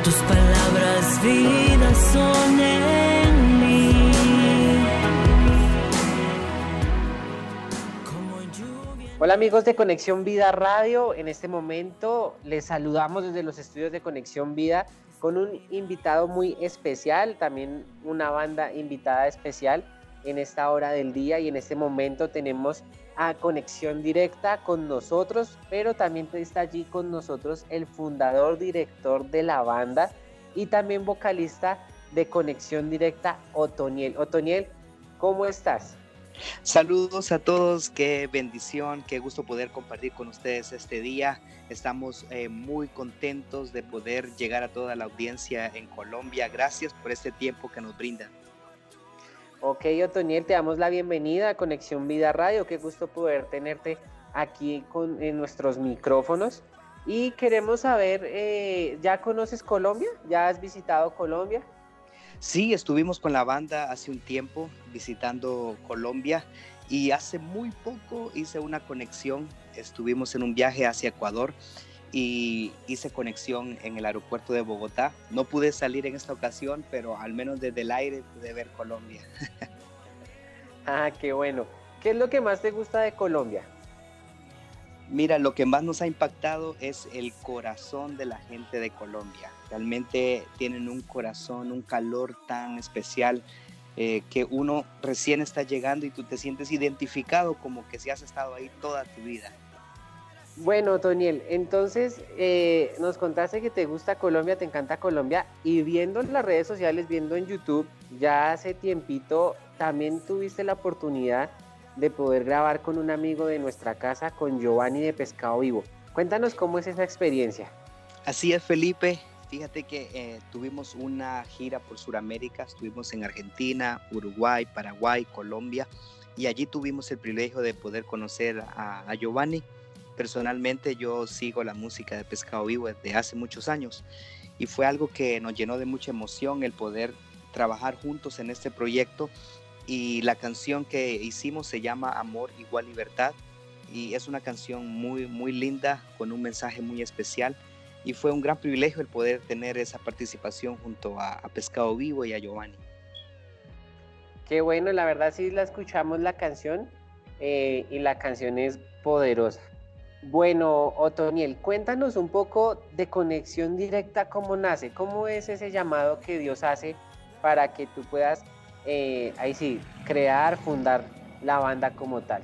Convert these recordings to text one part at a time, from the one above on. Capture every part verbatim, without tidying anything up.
tus palabras vida son en mí. Como lluvia. Hola amigos de Conexión Vida Radio, en este momento les saludamos desde los estudios de Conexión Vida con un invitado muy especial, también una banda invitada especial en esta hora del día, y en este momento tenemos a Conexión Directa con nosotros, pero también está allí con nosotros el fundador, director de la banda y también vocalista de Conexión Directa, Otoniel. Otoniel, ¿cómo estás? Saludos a todos, qué bendición, qué gusto poder compartir con ustedes este día. Estamos eh, muy contentos de poder llegar a toda la audiencia en Colombia. Gracias por este tiempo que nos brindan. Ok, Otoniel, te damos la bienvenida a Conexión Vida Radio. Qué gusto poder tenerte aquí con, en nuestros micrófonos. Y queremos saber, eh, ¿ya conoces Colombia? ¿Ya has visitado Colombia? Sí, estuvimos con la banda hace un tiempo visitando Colombia y hace muy poco hice una conexión. Estuvimos en un viaje hacia Ecuador y hice conexión en el aeropuerto de Bogotá. No pude salir en esta ocasión, pero al menos desde el aire pude ver Colombia. Ah, qué bueno. ¿Qué es lo que más te gusta de Colombia? Mira, lo que más nos ha impactado es el corazón de la gente de Colombia. Realmente tienen un corazón, un calor tan especial eh, que uno recién está llegando y tú te sientes identificado como que si has estado ahí toda tu vida. Bueno, Otoniel, entonces eh, nos contaste que te gusta Colombia, te encanta Colombia, y viendo en las redes sociales, viendo en YouTube, ya hace tiempito también tuviste la oportunidad de poder grabar con un amigo de nuestra casa, con Giovanni de Pescado Vivo. Cuéntanos cómo es esa experiencia. Así es, Felipe. Fíjate que eh, tuvimos una gira por Sudamérica, estuvimos en Argentina, Uruguay, Paraguay, Colombia, y allí tuvimos el privilegio de poder conocer a, a Giovanni. Personalmente yo sigo la música de Pescado Vivo desde hace muchos años y fue algo que nos llenó de mucha emoción el poder trabajar juntos en este proyecto, y la canción que hicimos se llama Amor Igual Libertad y es una canción muy, muy linda con un mensaje muy especial, y fue un gran privilegio el poder tener esa participación junto a, a Pescado Vivo y a Giovanni. Qué bueno, la verdad sí la escuchamos la canción eh, y la canción es poderosa. Bueno, Otoniel, cuéntanos un poco de Conexión Directa, cómo nace, cómo es ese llamado que Dios hace para que tú puedas, eh, ahí sí, crear, fundar la banda como tal.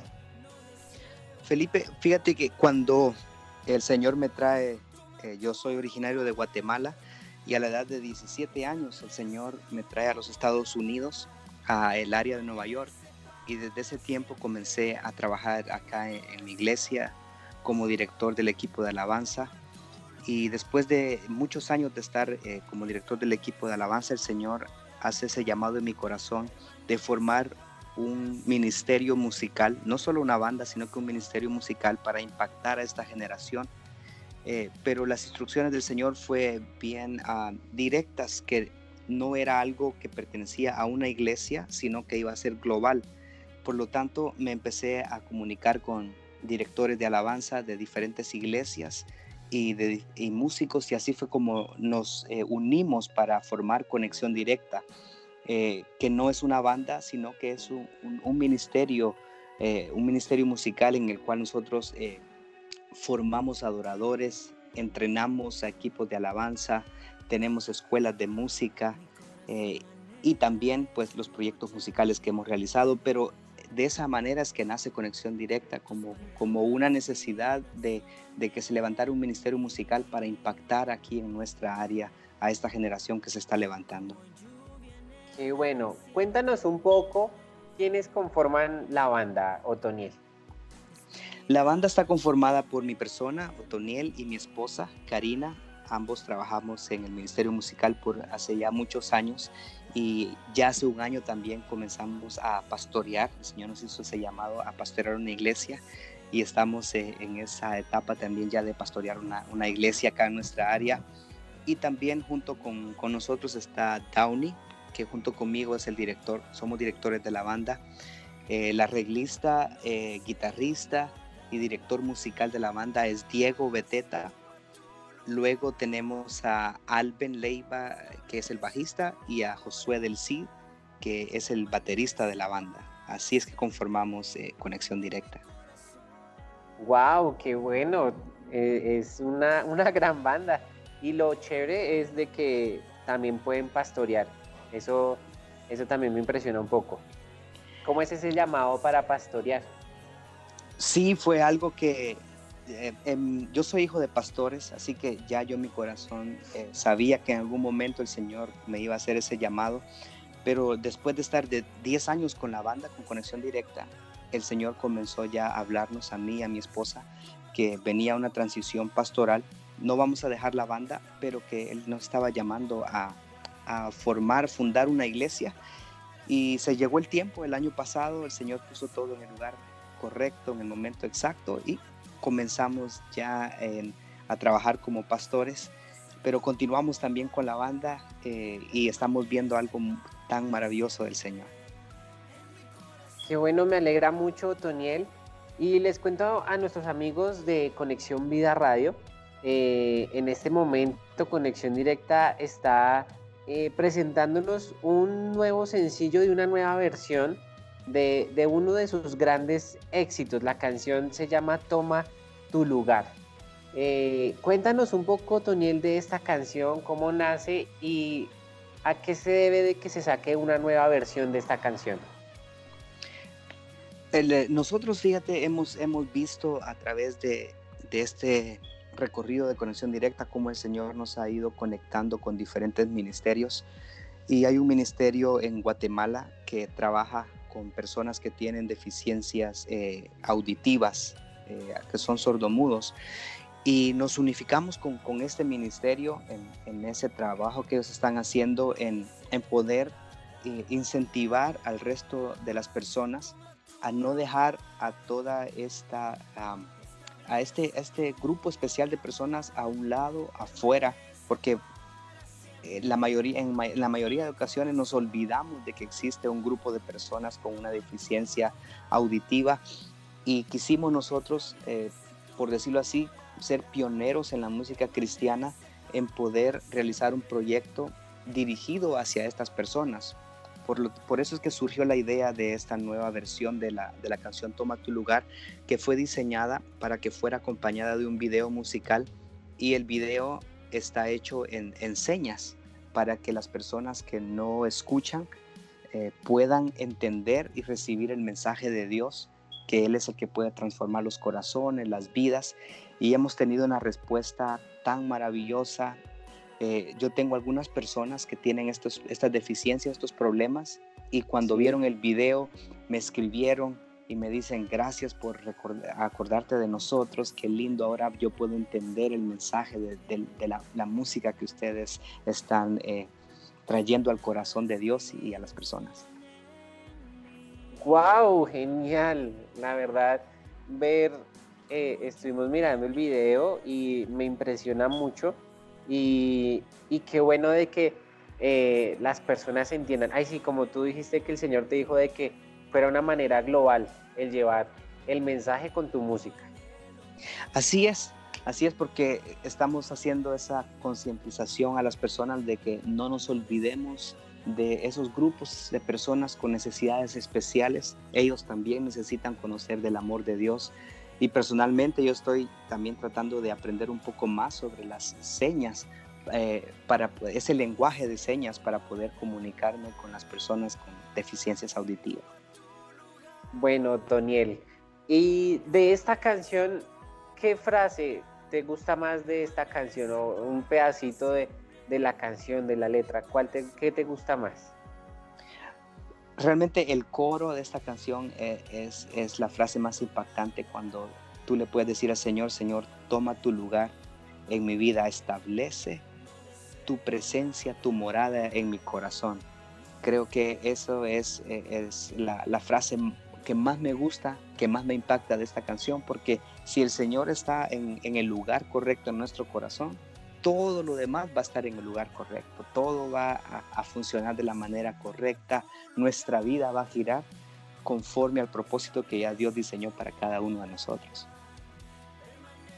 Felipe, fíjate que cuando el Señor me trae, eh, yo soy originario de Guatemala y a la edad de diecisiete años el Señor me trae a los Estados Unidos, a el área de Nueva York, y desde ese tiempo comencé a trabajar acá en, en mi iglesia como director del equipo de alabanza, y después de muchos años de estar eh, como director del equipo de alabanza, el Señor hace ese llamado en mi corazón de formar un ministerio musical, no solo una banda, sino que un ministerio musical para impactar a esta generación. Eh, pero las instrucciones del Señor fue bien uh, directas, que no era algo que pertenecía a una iglesia, sino que iba a ser global. Por lo tanto, me empecé a comunicar con directores de alabanza de diferentes iglesias y, de, y músicos, y así fue como nos eh, unimos para formar Conexión Directa, eh, que no es una banda, sino que es un, un, un ministerio, eh, un ministerio musical en el cual nosotros eh, formamos adoradores, entrenamos a equipos de alabanza, tenemos escuelas de música eh, y también pues los proyectos musicales que hemos realizado, pero de esa manera es que nace Conexión Directa, como, como una necesidad de, de que se levantara un ministerio musical para impactar aquí en nuestra área a esta generación que se está levantando. Y bueno, cuéntanos un poco quiénes conforman la banda, Otoniel. La banda está conformada por mi persona, Otoniel, y mi esposa, Karina. Ambos trabajamos en el ministerio musical por hace ya muchos años, y ya hace un año también comenzamos a pastorear. El Señor nos hizo ese llamado a pastorear una iglesia y estamos eh, en esa etapa también ya de pastorear una, una iglesia acá en nuestra área. Y también junto con, con nosotros está Downey, que junto conmigo es el director, somos directores de la banda. Eh, la arreglista, eh, guitarrista y director musical de la banda es Diego Beteta. Luego tenemos a Alben Leiva, que es el bajista, y a Josué del Cid, que es el baterista de la banda. Así es que conformamos eh, Conexión Directa. ¡Wow! ¡Qué bueno! Eh, es una, una gran banda. Y lo chévere es de que también pueden pastorear. Eso, eso también me impresiona un poco. ¿Cómo es ese llamado para pastorear? Sí, fue algo que eh, em, yo soy hijo de pastores, así que ya yo en mi corazón eh, sabía que en algún momento el Señor me iba a hacer ese llamado, pero después de estar de diez años con la banda, con Conexión Directa, el Señor comenzó ya a hablarnos a mí y a mi esposa que venía una transición pastoral. No vamos a dejar la banda, pero que Él nos estaba llamando a, a formar, fundar una iglesia. Y se llegó el tiempo, el año pasado, el Señor puso todo en el lugar correcto, en el momento exacto, y comenzamos ya en, a trabajar como pastores, pero continuamos también con la banda eh, y estamos viendo algo tan maravilloso del Señor. Qué bueno, me alegra mucho, Toniel. Y les cuento a nuestros amigos de Conexión Vida Radio, eh, en este momento Conexión Directa está eh, presentándonos un nuevo sencillo de una nueva versión de, de uno de sus grandes éxitos. La canción se llama Toma tu lugar. Eh, cuéntanos un poco, Toniel, de esta canción, cómo nace y a qué se debe de que se saque una nueva versión de esta canción. El, nosotros, fíjate, hemos, hemos visto a través de, de este recorrido de Conexión Directa cómo el Señor nos ha ido conectando con diferentes ministerios, y hay un ministerio en Guatemala que trabaja con personas que tienen deficiencias eh, auditivas, eh, que son sordomudos, y nos unificamos con, con este ministerio en, en ese trabajo que ellos están haciendo en, en poder eh, incentivar al resto de las personas a no dejar a toda esta, um, a este, este grupo especial de personas a un lado, afuera, porque eh, la mayoría, en, ma- en la mayoría de ocasiones nos olvidamos de que existe un grupo de personas con una deficiencia auditiva, y quisimos nosotros, eh, por decirlo así, ser pioneros en la música cristiana en poder realizar un proyecto dirigido hacia estas personas. Por, lo, por eso es que surgió la idea de esta nueva versión de la, de la canción Toma tu lugar, que fue diseñada para que fuera acompañada de un video musical, y el video está hecho en, en señas para que las personas que no escuchan eh, puedan entender y recibir el mensaje de Dios, que Él es el que puede transformar los corazones, las vidas, y hemos tenido una respuesta tan maravillosa. Eh, yo tengo algunas personas que tienen estos, estas deficiencias, estos problemas, y cuando Sí. vieron el video me escribieron y me dicen gracias por recordar, acordarte de nosotros, qué lindo, ahora yo puedo entender el mensaje de, de, de la, la música que ustedes están eh, trayendo al corazón de Dios y a las personas. ¡Wow! Genial. La verdad, ver, eh, estuvimos mirando el video y me impresiona mucho. Y, y qué bueno de que eh, las personas entiendan. Ay, sí, como tú dijiste que el Señor te dijo de que fuera una manera global el llevar el mensaje con tu música. Así es, así es, porque estamos haciendo esa concientización a las personas de que no nos olvidemos de esos grupos de personas con necesidades especiales. Ellos también necesitan conocer del amor de Dios. Y personalmente yo estoy también tratando de aprender un poco más sobre las señas, eh, para ese lenguaje de señas, para poder comunicarme con las personas con deficiencias auditivas. Bueno, Toniel, y de esta canción, ¿qué frase te gusta más de esta canción? O un pedacito de, de la canción, de la letra, ¿cuál te, qué te gusta más? Realmente el coro de esta canción es, es, es la frase más impactante, cuando tú le puedes decir al Señor: Señor, toma tu lugar en mi vida, establece tu presencia, tu morada en mi corazón. Creo que eso es, es la, la frase que más me gusta, que más me impacta de esta canción, porque si el Señor está en, en el lugar correcto en nuestro corazón, todo lo demás va a estar en el lugar correcto, todo va a, a funcionar de la manera correcta, nuestra vida va a girar conforme al propósito que ya Dios diseñó para cada uno de nosotros.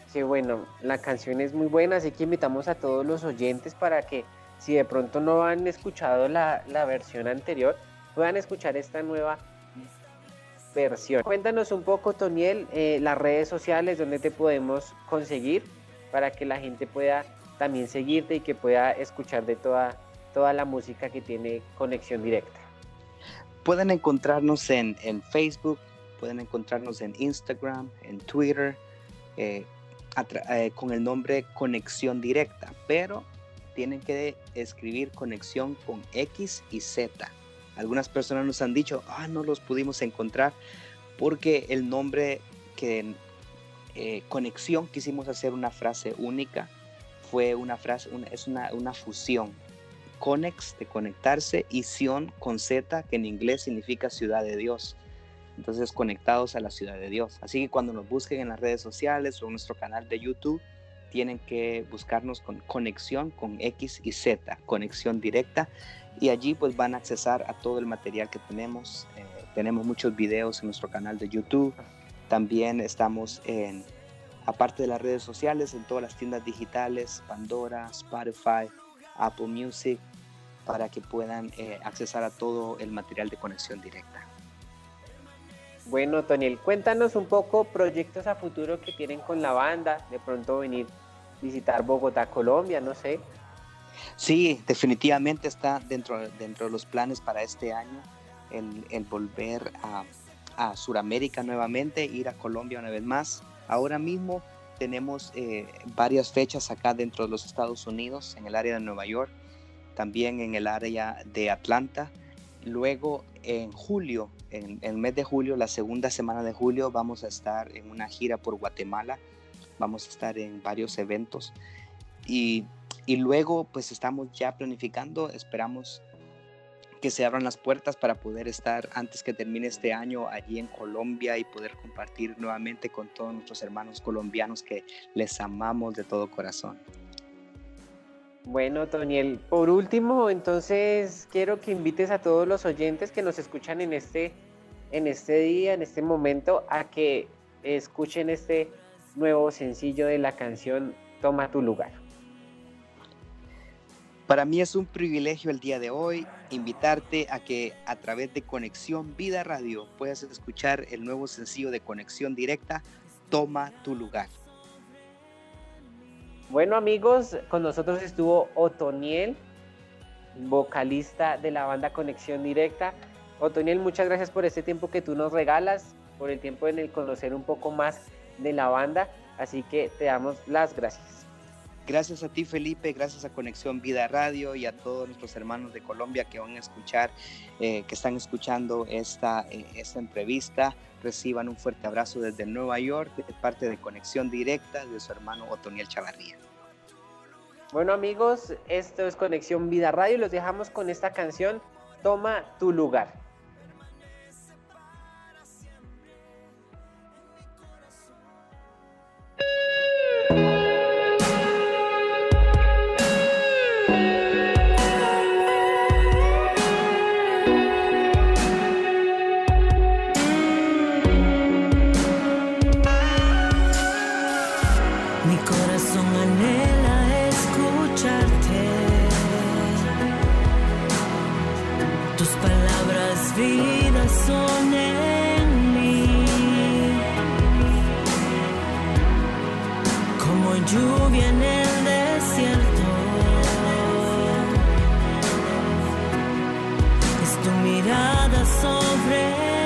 Qué bueno, la canción es muy buena, así que invitamos a todos los oyentes para que si de pronto no han escuchado la, la versión anterior, puedan escuchar esta nueva versión. Cuéntanos un poco, Toniel, eh, las redes sociales, donde te podemos conseguir para que la gente pueda también seguirte y que pueda escuchar de toda, toda la música que tiene Conexión Directa. Pueden encontrarnos en, en Facebook, pueden encontrarnos en Instagram, en Twitter, eh, eh, con el nombre Conexión Directa, pero tienen que escribir conexión con X y Z. Algunas personas nos han dicho, ah, no los pudimos encontrar porque el nombre que eh, conexión quisimos hacer una frase única, fue una frase, una, es una, una fusión. Conex, de conectarse, y Sion con Z, que en inglés significa ciudad de Dios. Entonces, conectados a la ciudad de Dios. Así que cuando nos busquen en las redes sociales o en nuestro canal de YouTube, tienen que buscarnos con conexión con X y Z, conexión directa, y allí pues van a accesar a todo el material que tenemos. Eh, tenemos muchos videos en nuestro canal de YouTube. También estamos en, aparte de las redes sociales, en todas las tiendas digitales, Pandora, Spotify, Apple Music, para que puedan eh, accesar a todo el material de conexión directa. Bueno, Toniel, cuéntanos un poco proyectos a futuro que tienen con la banda, de pronto venir visitar Bogotá, Colombia, no sé. Sí, definitivamente está dentro, dentro de los planes para este año el, el volver a, a Sudamérica nuevamente, ir a Colombia una vez más. Ahora mismo tenemos eh, varias fechas acá dentro de los Estados Unidos, en el área de Nueva York, también en el área de Atlanta. Luego en julio, en, en el mes de julio, la segunda semana de julio, vamos a estar en una gira por Guatemala. Vamos a estar en varios eventos y, y luego pues estamos ya planificando, esperamos que se abran las puertas para poder estar antes que termine este año allí en Colombia y poder compartir nuevamente con todos nuestros hermanos colombianos que les amamos de todo corazón. Bueno, Toniel, por último, entonces quiero que invites a todos los oyentes que nos escuchan en este, en este día, en este momento, a que escuchen este nuevo sencillo de la canción Toma tu lugar. Para mí es un privilegio el día de hoy invitarte a que a través de Conexión Vida Radio puedas escuchar el nuevo sencillo de Conexión Directa, Toma tu lugar. Bueno, amigos, con nosotros estuvo Otoniel, vocalista de la banda Conexión Directa. Otoniel, muchas gracias por este tiempo que tú nos regalas, por el tiempo en el conocer un poco más de la banda, así que te damos las gracias. Gracias a ti, Felipe, gracias a Conexión Vida Radio y a todos nuestros hermanos de Colombia que van a escuchar, eh, que están escuchando esta, eh, esta entrevista. Reciban un fuerte abrazo desde Nueva York, de parte de Conexión Directa, de su hermano Otoniel Chavarría. Bueno, amigos, esto es Conexión Vida Radio y los dejamos con esta canción, Toma tu lugar. Vidas son en mí, como lluvia en el desierto. Es tu mirada sobre